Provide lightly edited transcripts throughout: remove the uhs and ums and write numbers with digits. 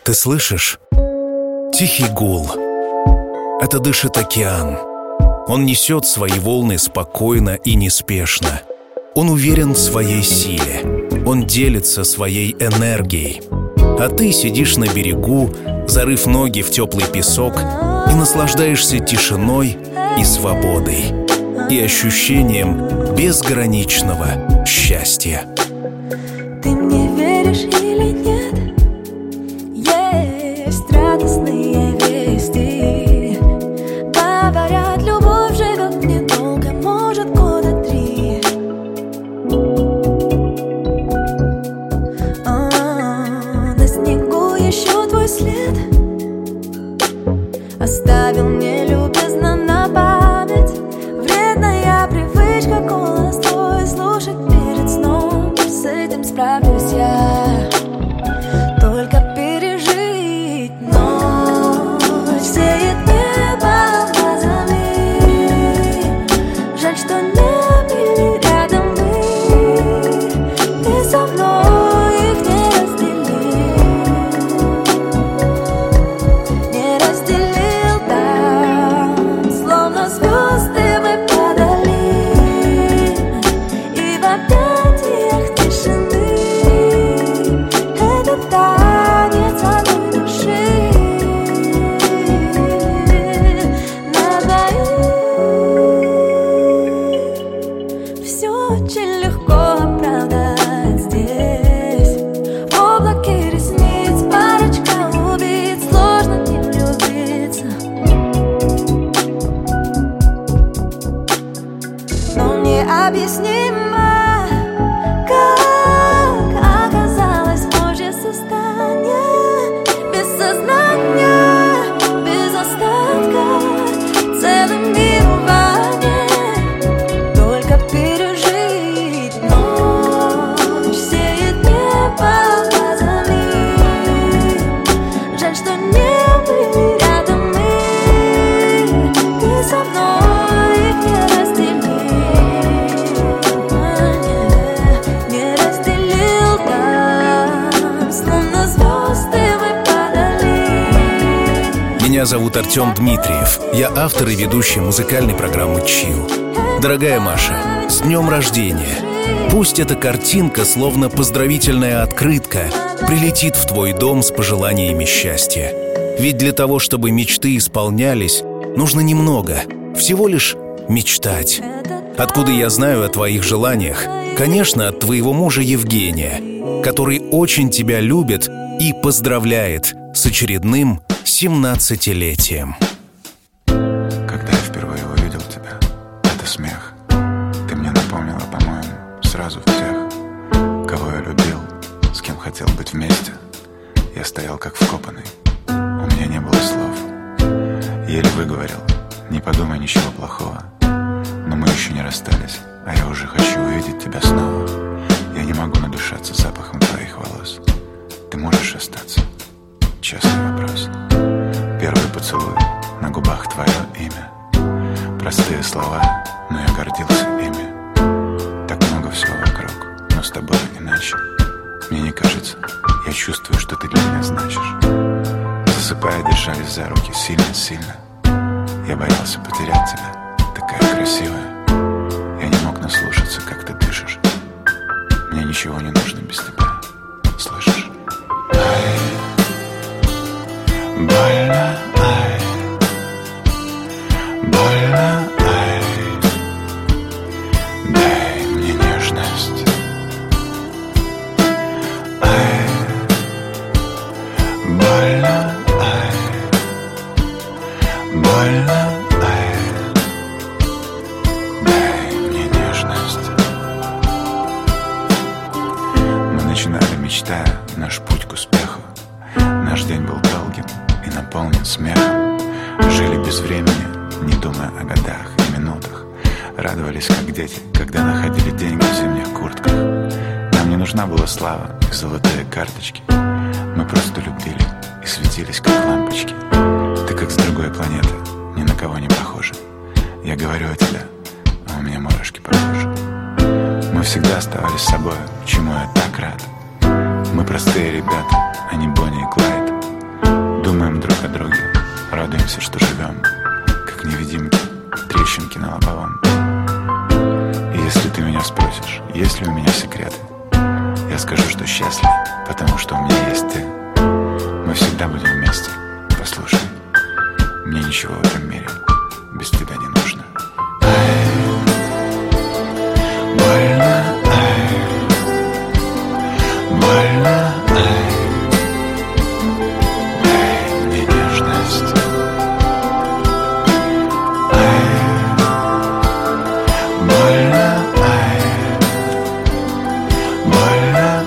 Ты слышишь? Тихий гул. Это дышит океан. Он несет свои волны спокойно и неспешно. Он уверен в своей силе. Он делится своей энергией. А ты сидишь на берегу, зарыв ноги в теплый песок, и наслаждаешься тишиной и свободой, и ощущением безграничного счастья. Ты мне веришь или нет? Есть радостные вести. Говорят, любовь живет недолго, может, года 3. На снегу еще твой след оставил мне любезно на память. Вредная привычка голос твой слушать перед сном. С этим справлюсь я, только пережить ночь. Сеет небо глазами. Жаль, что не были рядом мы. Ты со мной их не разделил там, словно звезды мы падали, и в объятиях тишины. Это танец одной души на двоих. Все очень легко оправдать здесь. В облаке ресниц парочка убийц. Сложно не влюбиться, но необъяснимо, как оказалось позже состояние. Без сознания, без остатка, целым миром во мне. Только пережить ночь. Сеет небо глазами. Жаль, что не были рядом мы. Ты со мной их не разделил там, словно звезды мы падали. Меня зовут Артем Дмитриев. Я автор и ведущий музыкальной программы «Chill». Дорогая Маша, с днем рождения! Пусть эта картинка, словно поздравительная открытка, прилетит в твой дом с пожеланиями счастья. Ведь для того, чтобы мечты исполнялись, нужно немного, всего лишь мечтать. Откуда я знаю о твоих желаниях? Конечно, от твоего мужа Евгения, который очень тебя любит и поздравляет с очередным 17-летием. Когда я впервые увидел тебя, это смех. Ты мне напомнила, по-моему, сразу всех, кого я любил, с кем хотел быть вместе. Я стоял как вкопанный, у меня не было слов. Еле выговорил, не подумай ничего плохого. Но мы еще не расстались, а я уже хочу увидеть тебя снова. Я не могу надышаться запахом твоих волос. Ты можешь остаться? Честный вопрос. Первый поцелуй, на губах твое имя. Простые слова, но я гордился ими. Так много всего вокруг, но с тобой иначе. Мне не кажется, я чувствую, что ты для меня значишь. Засыпая, держались за руки сильно-сильно. Я боялся потерять тебя, такая красивая. Я не мог наслушаться, как ты дышишь. Мне ничего не нужно без тебя, слышишь? Ай, больно, ай, больно, ай. Дай мне нежность. Ай, больно, ай, больно, ай. Дай мне нежность. Мы начинали, мечтая, наш путь к успеху. Наш день был долгим и наполнен смехом. Жили без времени, не думая о годах и минутах. Радовались, как дети, когда находили деньги в зимних куртках. Нам не нужна была слава и золотые карточки. Мы просто любили и светились, как лампочки. Ты как с другой планеты, ни на кого не похожа. Я говорю о тебе, а у меня мурашки по коже. Мы всегда оставались собой, чему я так рад. Мы простые ребята, а не Бонни и Клайд. друг о друге, радуемся, что живем, как невидимки, трещинки на лобовом. И если ты меня спросишь, есть ли у меня секреты, я скажу, что счастлив, потому что у меня есть ты. Мы всегда будем вместе. Послушай, мне ничего в этом мире без тебя не нужно. Больно, больно, дай мне нежность. Больно, больно,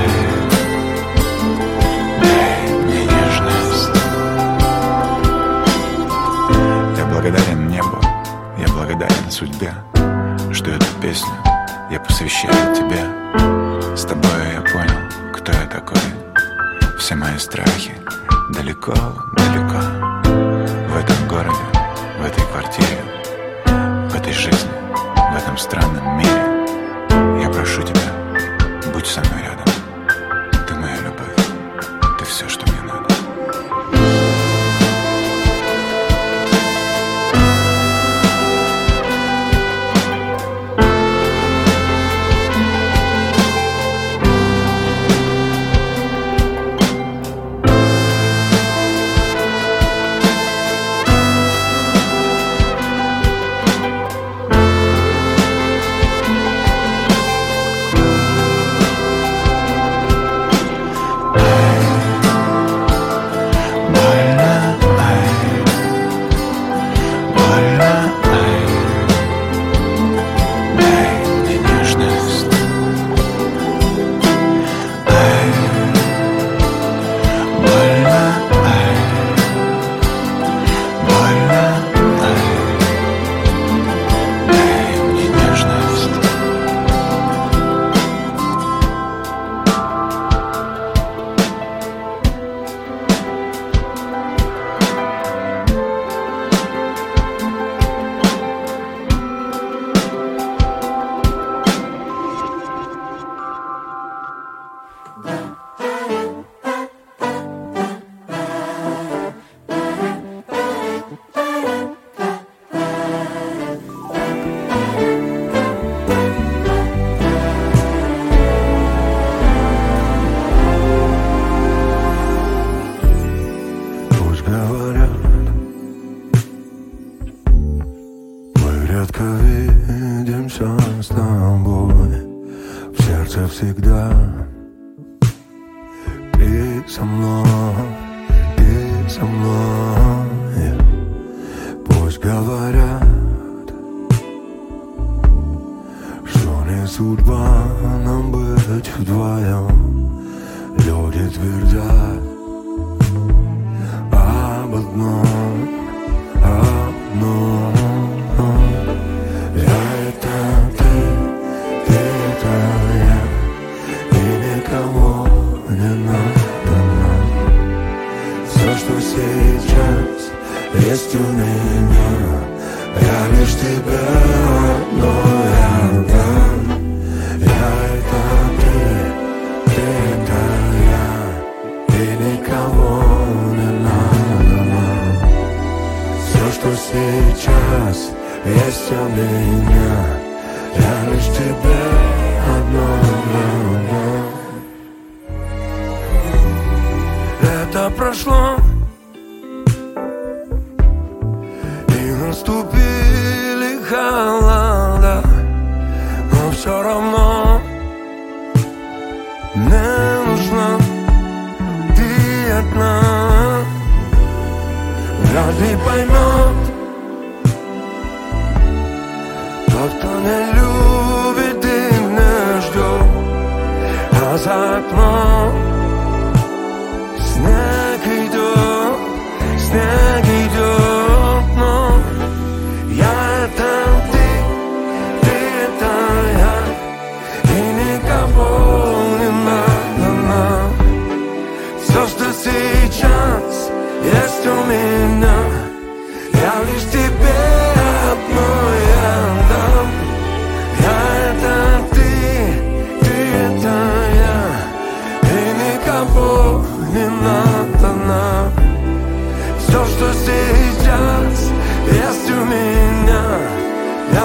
дай мне нежность. Я благодарен небу, я благодарен судьбе, что эту песню я посвящаю тебе. С тобой я понял, кто я такой. Все мои страхи далеко, далеко. В этом городе, в этой квартире, в этой жизни, в этом странном мире. Я прошу тебя, будь со мной рядом. Ты моя любовь, ты все, что мне надо. Я это ты это я.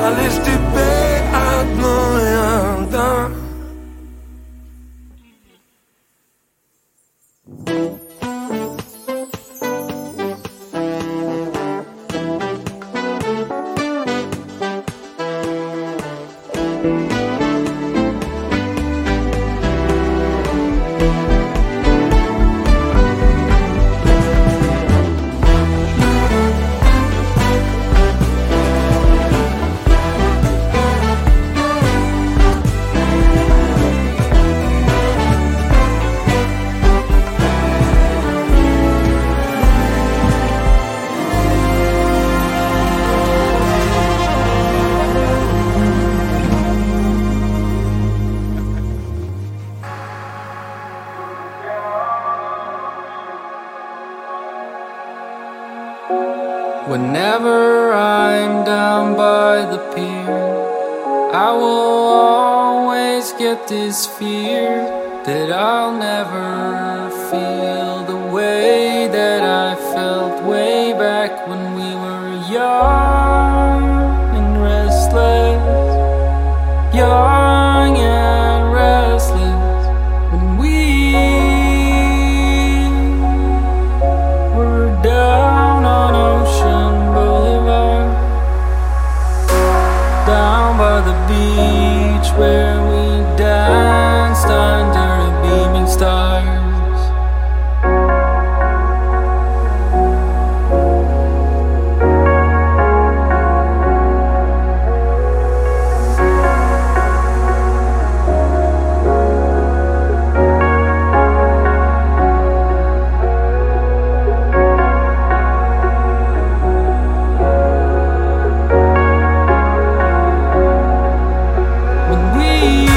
а лишь тебе одной отдам. Whenever I'm down by the pier, I will always get this fear that I'll never feel the way that I felt way back when we were young and restless, young and restless, when we were down on Ocean Boulevard, down by the beach where we danced under the beaming stars. When we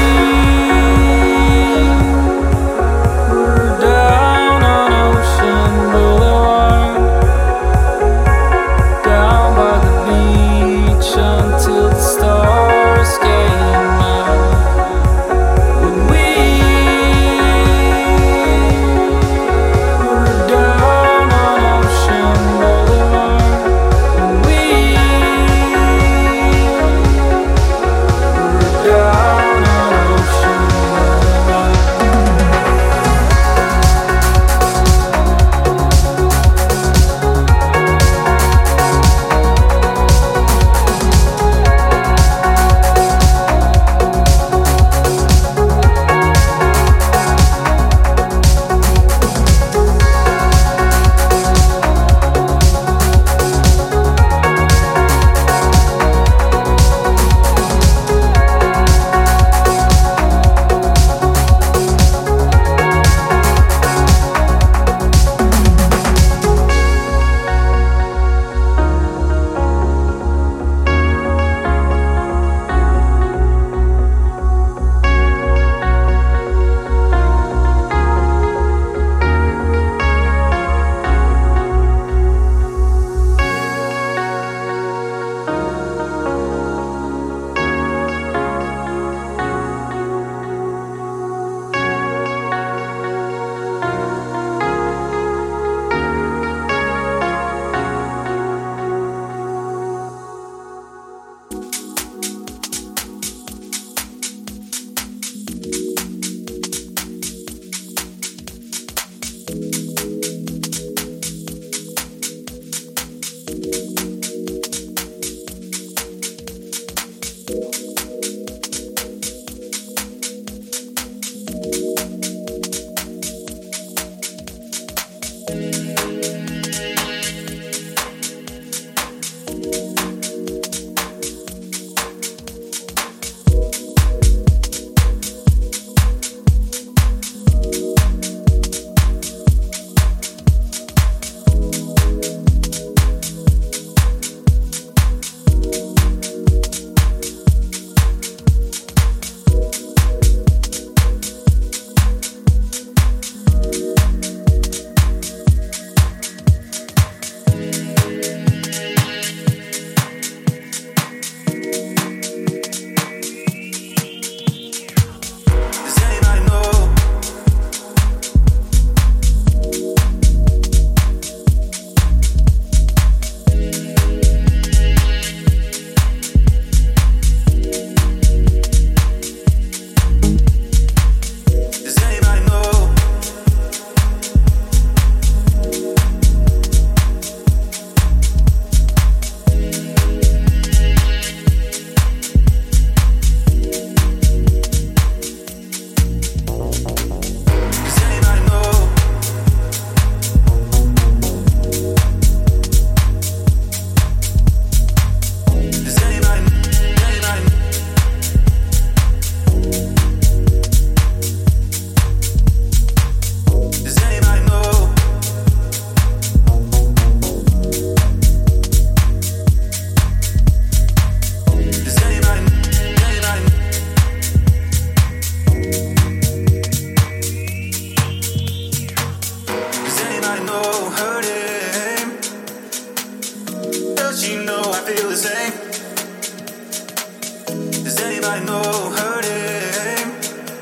Does anybody know her name?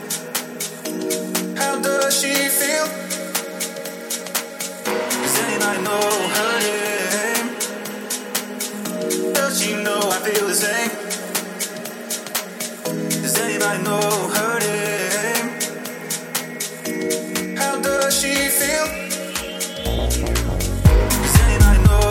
How does she feel? Does anybody know her name? Does she know I feel the same? Does anybody know her name? How does she feel? Does anybody know?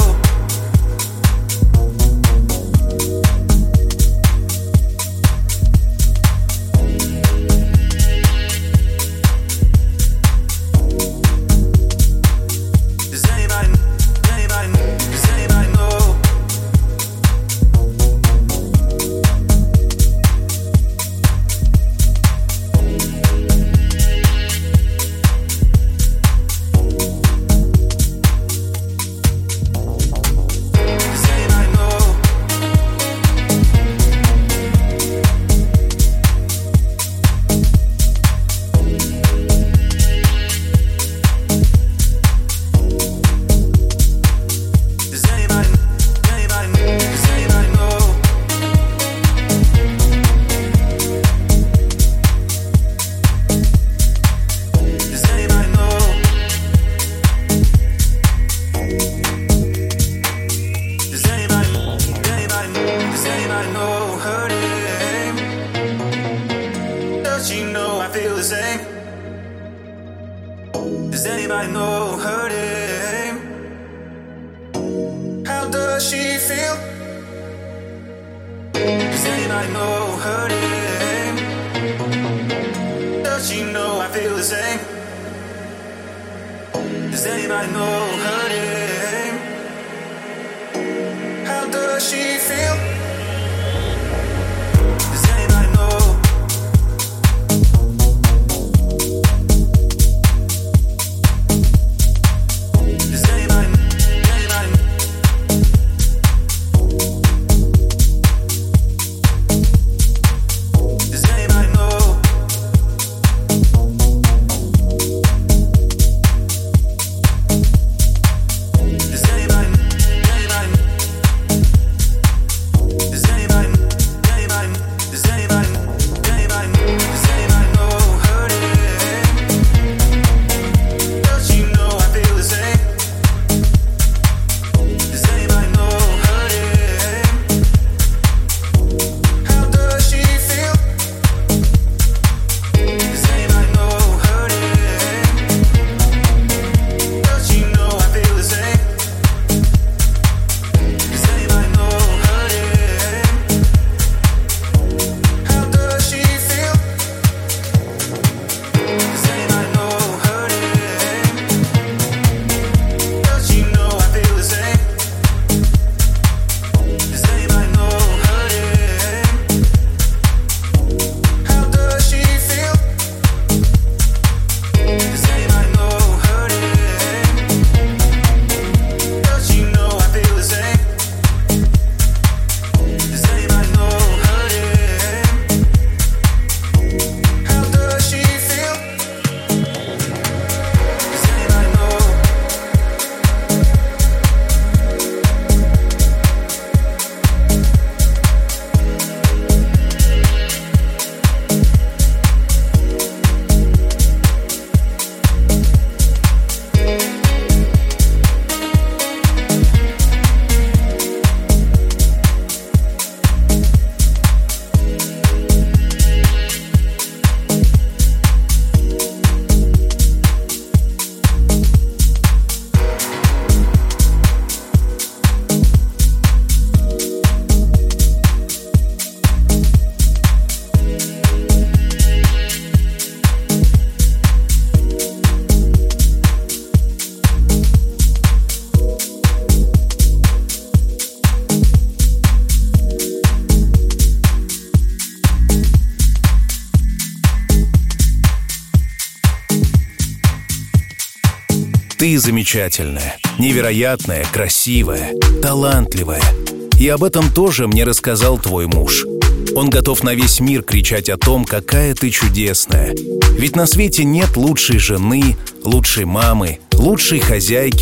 Ты замечательная, невероятная, красивая, талантливая. И об этом тоже мне рассказал твой муж. Он готов на весь мир кричать о том, какая ты чудесная. Ведь на свете нет лучшей жены, лучшей мамы, лучшей хозяйки,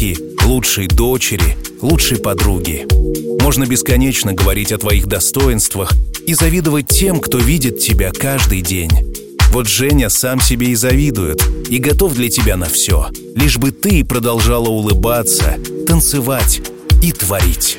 лучшей дочери, лучшей подруги. Можно бесконечно говорить о твоих достоинствах и завидовать тем, кто видит тебя каждый день. Вот Женя сам себе и завидует, и готов для тебя на все, лишь бы ты продолжала улыбаться, танцевать и творить.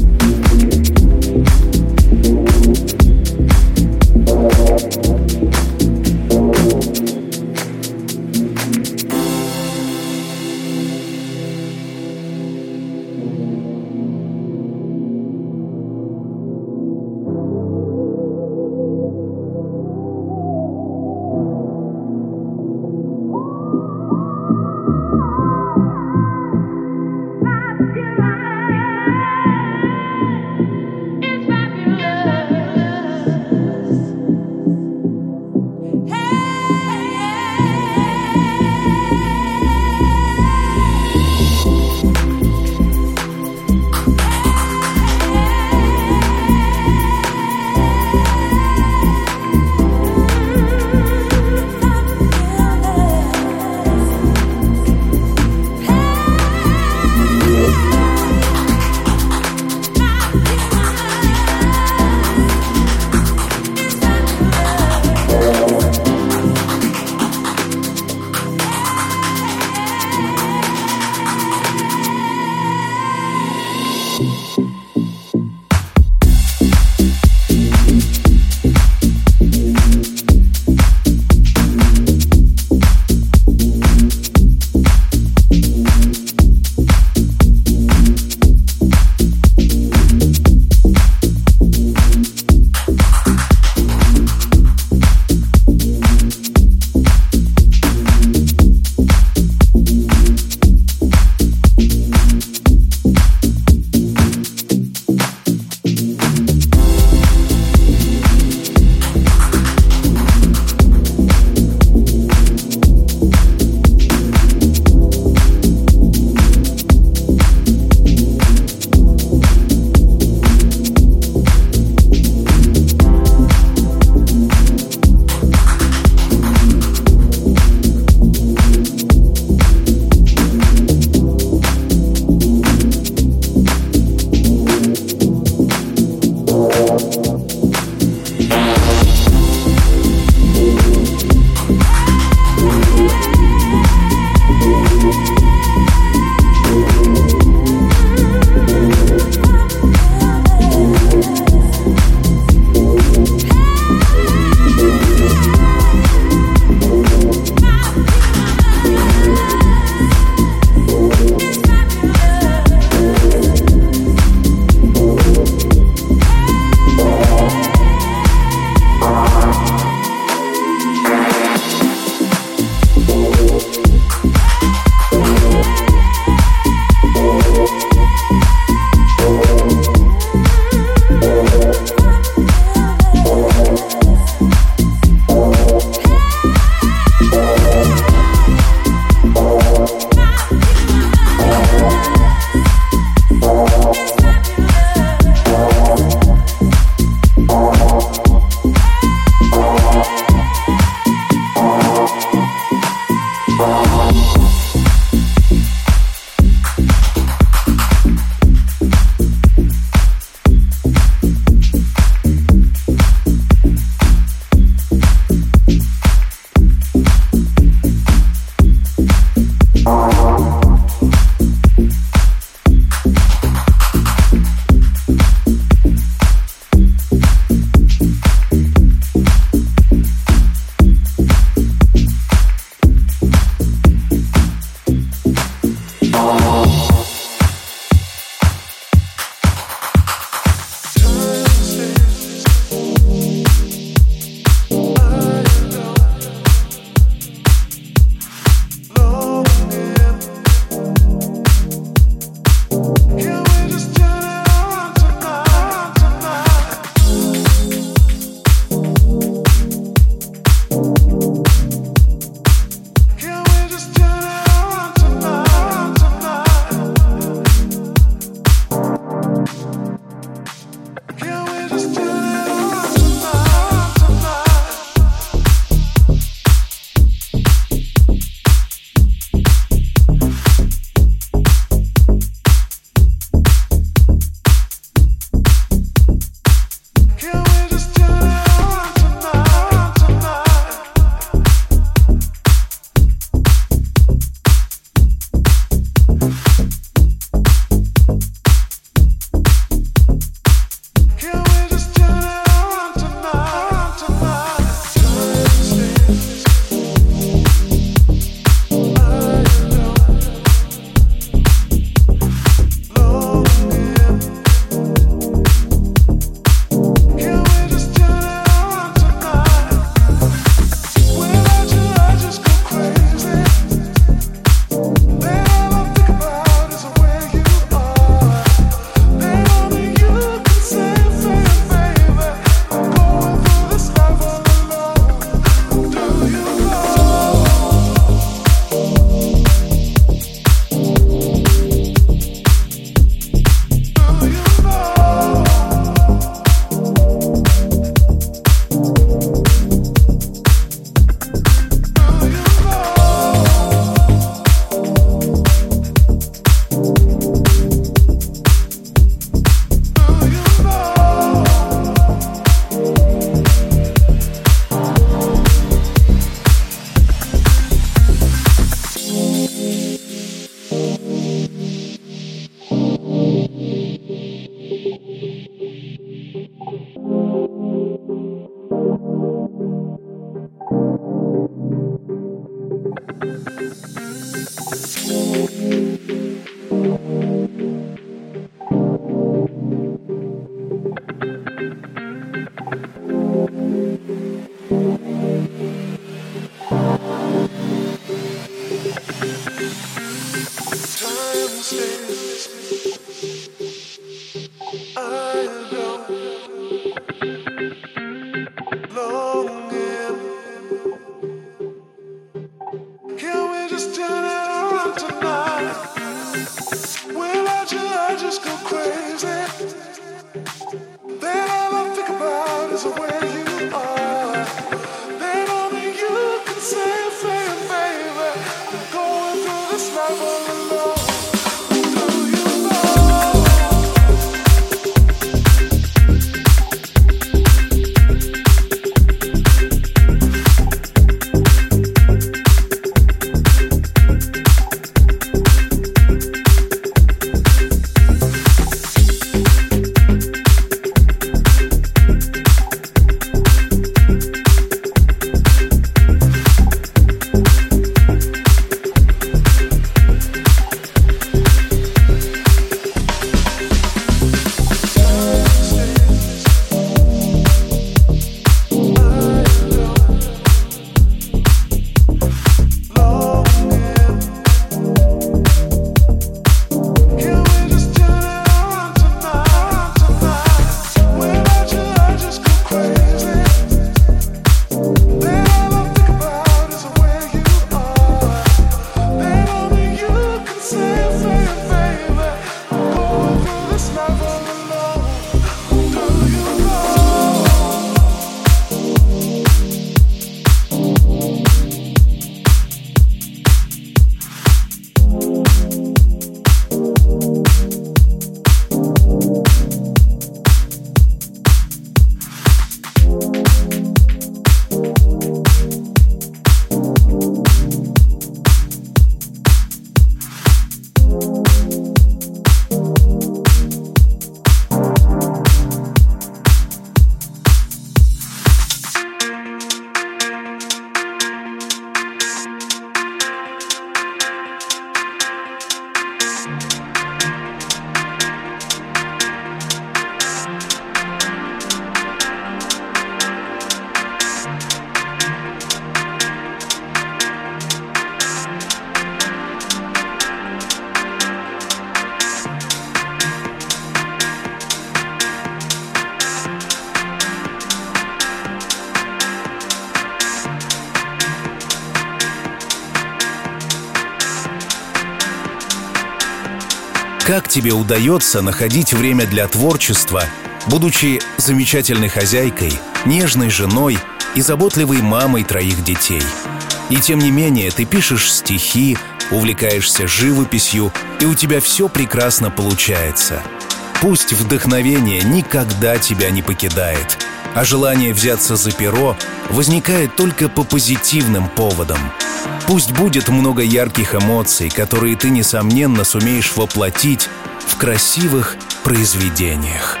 Как тебе удается находить время для творчества, будучи замечательной хозяйкой, нежной женой и заботливой мамой 3 детей? И тем не менее ты пишешь стихи, увлекаешься живописью, и у тебя все прекрасно получается. Пусть вдохновение никогда тебя не покидает, а желание взяться за перо возникает только по позитивным поводам. Пусть будет много ярких эмоций, которые ты, несомненно, сумеешь воплотить в красивых произведениях.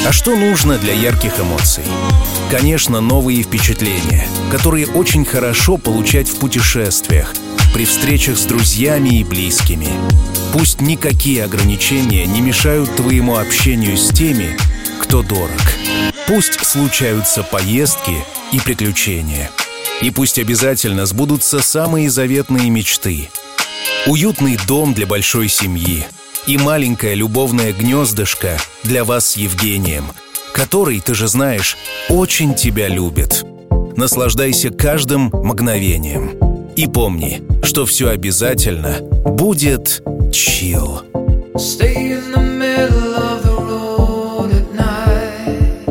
А что нужно для ярких эмоций? Конечно, новые впечатления, которые очень хорошо получать в путешествиях, при встречах с друзьями и близкими. Пусть никакие ограничения не мешают твоему общению с теми, кто дорог. Пусть случаются поездки и приключения. И пусть обязательно сбудутся самые заветные мечты. Уютный дом для большой семьи и маленькое любовное гнездышко для вас с Евгением, который, ты же знаешь, очень тебя любит. Наслаждайся каждым мгновением. И помни, что все обязательно будет chill. Stay in the middle of the road at night.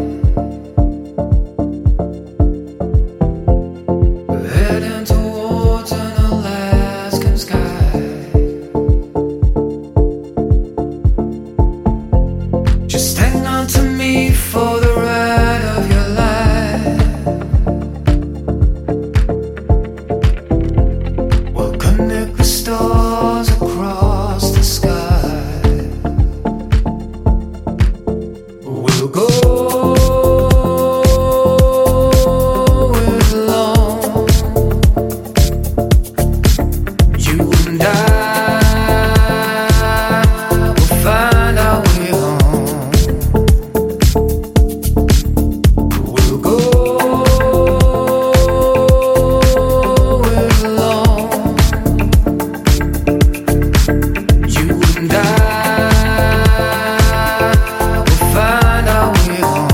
We're heading towards an Alaskan sky. Just hang on to me for the ride of your life. We'll connect the stars across the sky. We'll go alone, you and I will find our way home. We'll go alone, you and I will find our way home.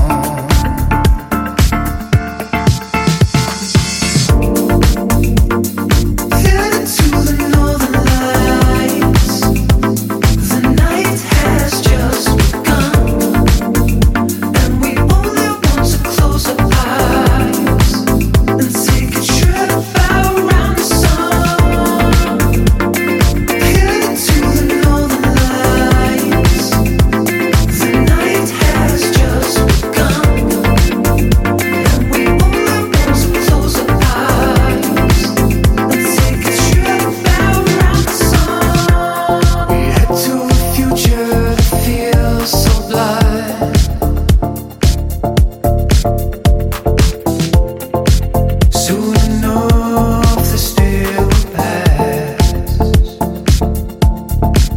Headed to the northern lights. The night has just begun, and we only want to close our eyes and take a trip around the sun. Headed to the northern lights. The night has just begun, and we only want to close our eyes and take a trip around the sun. We head to a future that feels so blind. Soon enough, the still will pass.